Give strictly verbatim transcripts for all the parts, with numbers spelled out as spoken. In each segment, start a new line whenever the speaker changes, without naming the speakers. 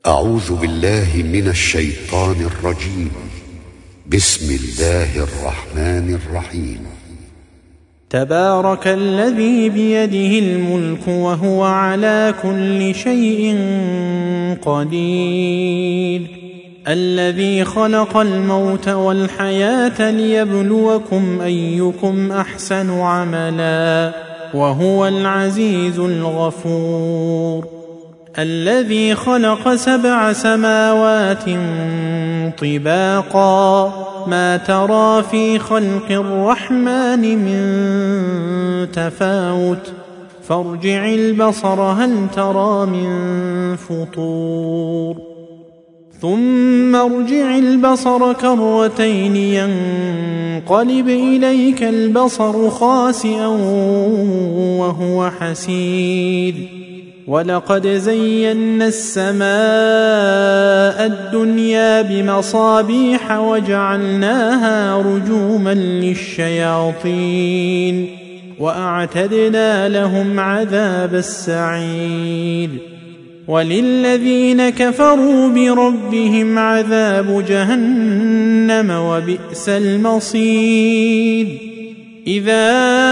أعوذ بالله من الشيطان الرجيم. بسم الله الرحمن الرحيم.
تبارك الذي بيده الملك وهو على كل شيء قدير، الذي خلق الموت والحياة ليبلوكم أيكم أحسن عملا وهو العزيز الغفور، الذي خلق سبع سماوات طباقا ما ترى في خلق الرحمن من تفاوت فارجع البصر هل ترى من فطور، ثم ارجع البصر كرتين ينقلب إليك البصر خاسئا وهو حسير، ولقد زينا السماء الدنيا بمصابيح وجعلناها رجوما للشياطين وأعتدنا لهم عذاب السعير، وللذين كفروا بربهم عذاب جهنم وبئس المصير، إذا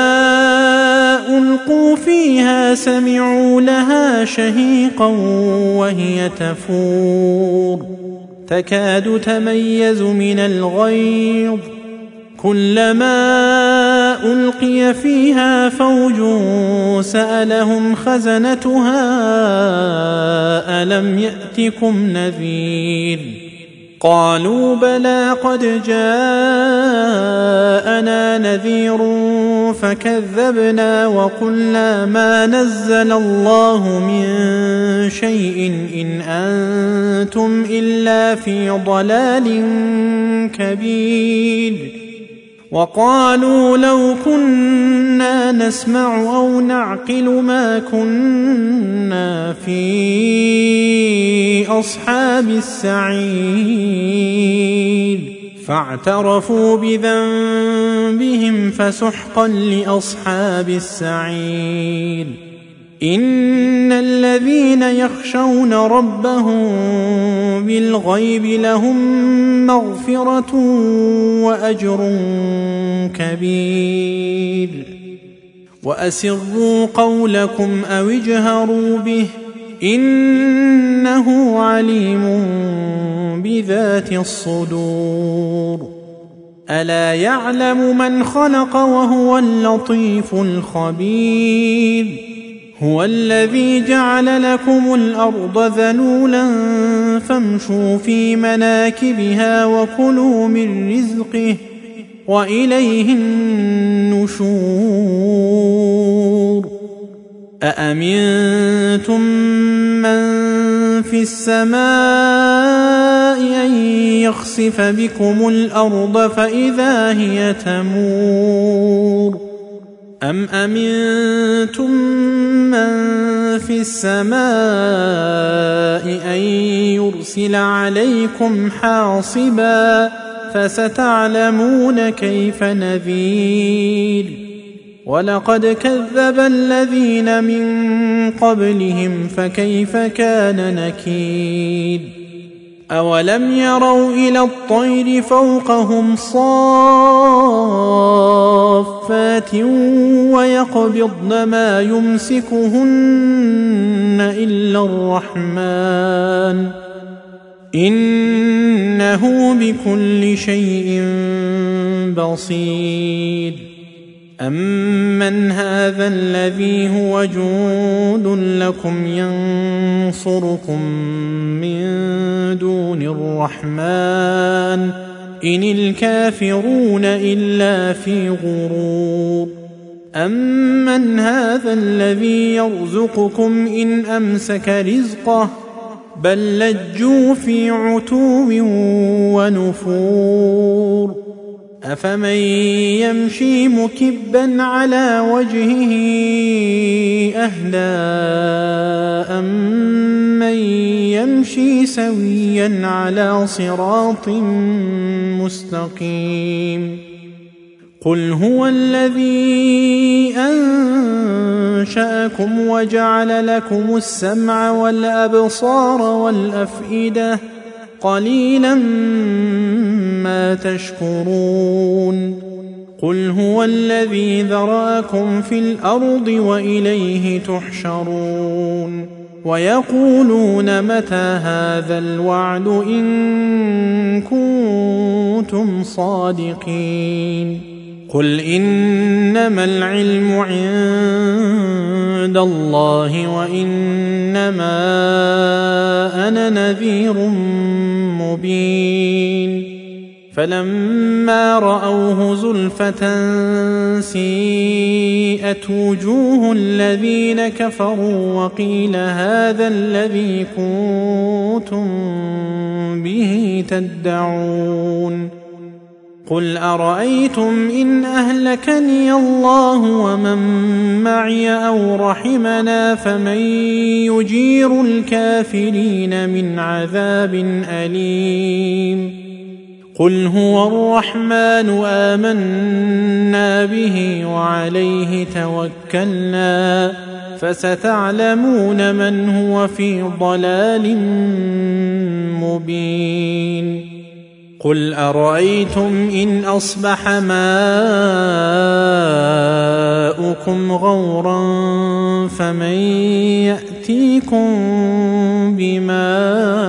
ألقوا فيها سمعوا لها شهيقا وهي تفور تكاد تميز من الغيظ، كلما ألقي فيها فوج سألهم خزنتها ألم يأتكم نذير، قالوا بلى قد جاءنا نذير فكذبنا وقلنا ما نزل الله من شيء إن أنتم إلا في ضلال كبير، وقالوا لو كنا نسمع أو نعقل ما كنا في أصحاب السعير، فاعترفوا بذنبهم فسحقا لأصحاب السعير، إن الذين يخشون ربهم بالغيب لهم مغفرة وأجر كبير، وأسروا قولكم أو اجهروا به إنه عليم بذات الصدور، ألا يعلم من خلق وهو اللطيف الخبير، هو الذي جعل لكم الأرض ذلولا فامشوا في مناكبها وكلوا من رزقه وإليه النشور، أأمنتم من في السماء أن يخسف بكم الأرض فإذا هي تمور، أم أمنتم من في السماء أن يرسل عليكم حاصبا فستعلمون كيف نذير، ولقد كذب الذين من قبلهم فكيف كان نكير، أولم يروا إلى الطير فوقهم صافات ويقبضن ما يمسكهن إلا الرحمن إنه بكل شيء بصير، أمن هذا الذي هو جند لكم ينصركم من دون الرحمن إن الكافرون إلا في غرور، أمن هذا الذي يرزقكم إن أمسك رزقه بل لجوا في عتو ونفور، أفمن يمشي مكبا على وجهه أهدى أمن يمشي سويا على صراط مستقيم، قل هو الذي أنشأكم وجعل لكم السمع والأبصار والأفئدة قليلا ما تشكرون قل هو الذي ذرأكم في الأرض وإليه تحشرون ويقولون متى هذا الوعد إن كنتم صادقين قل إنما العلم عند الله وإنما أنا نذير مبين فلما رأوه زلفة سيئت وجوه الذين كفروا وقيل هذا الذي كنتم به تدعون قل أرأيتم إن أهلكني الله ومن معي أو رحمنا فمن يجير الكافرين من عذاب أليم قل هو الرحمن آمنا به وعليه توكلنا فستعلمون من هو في ضلال مبين قل أرأيتم إن أصبح ماؤكم غورا فمن يأتيكم بماء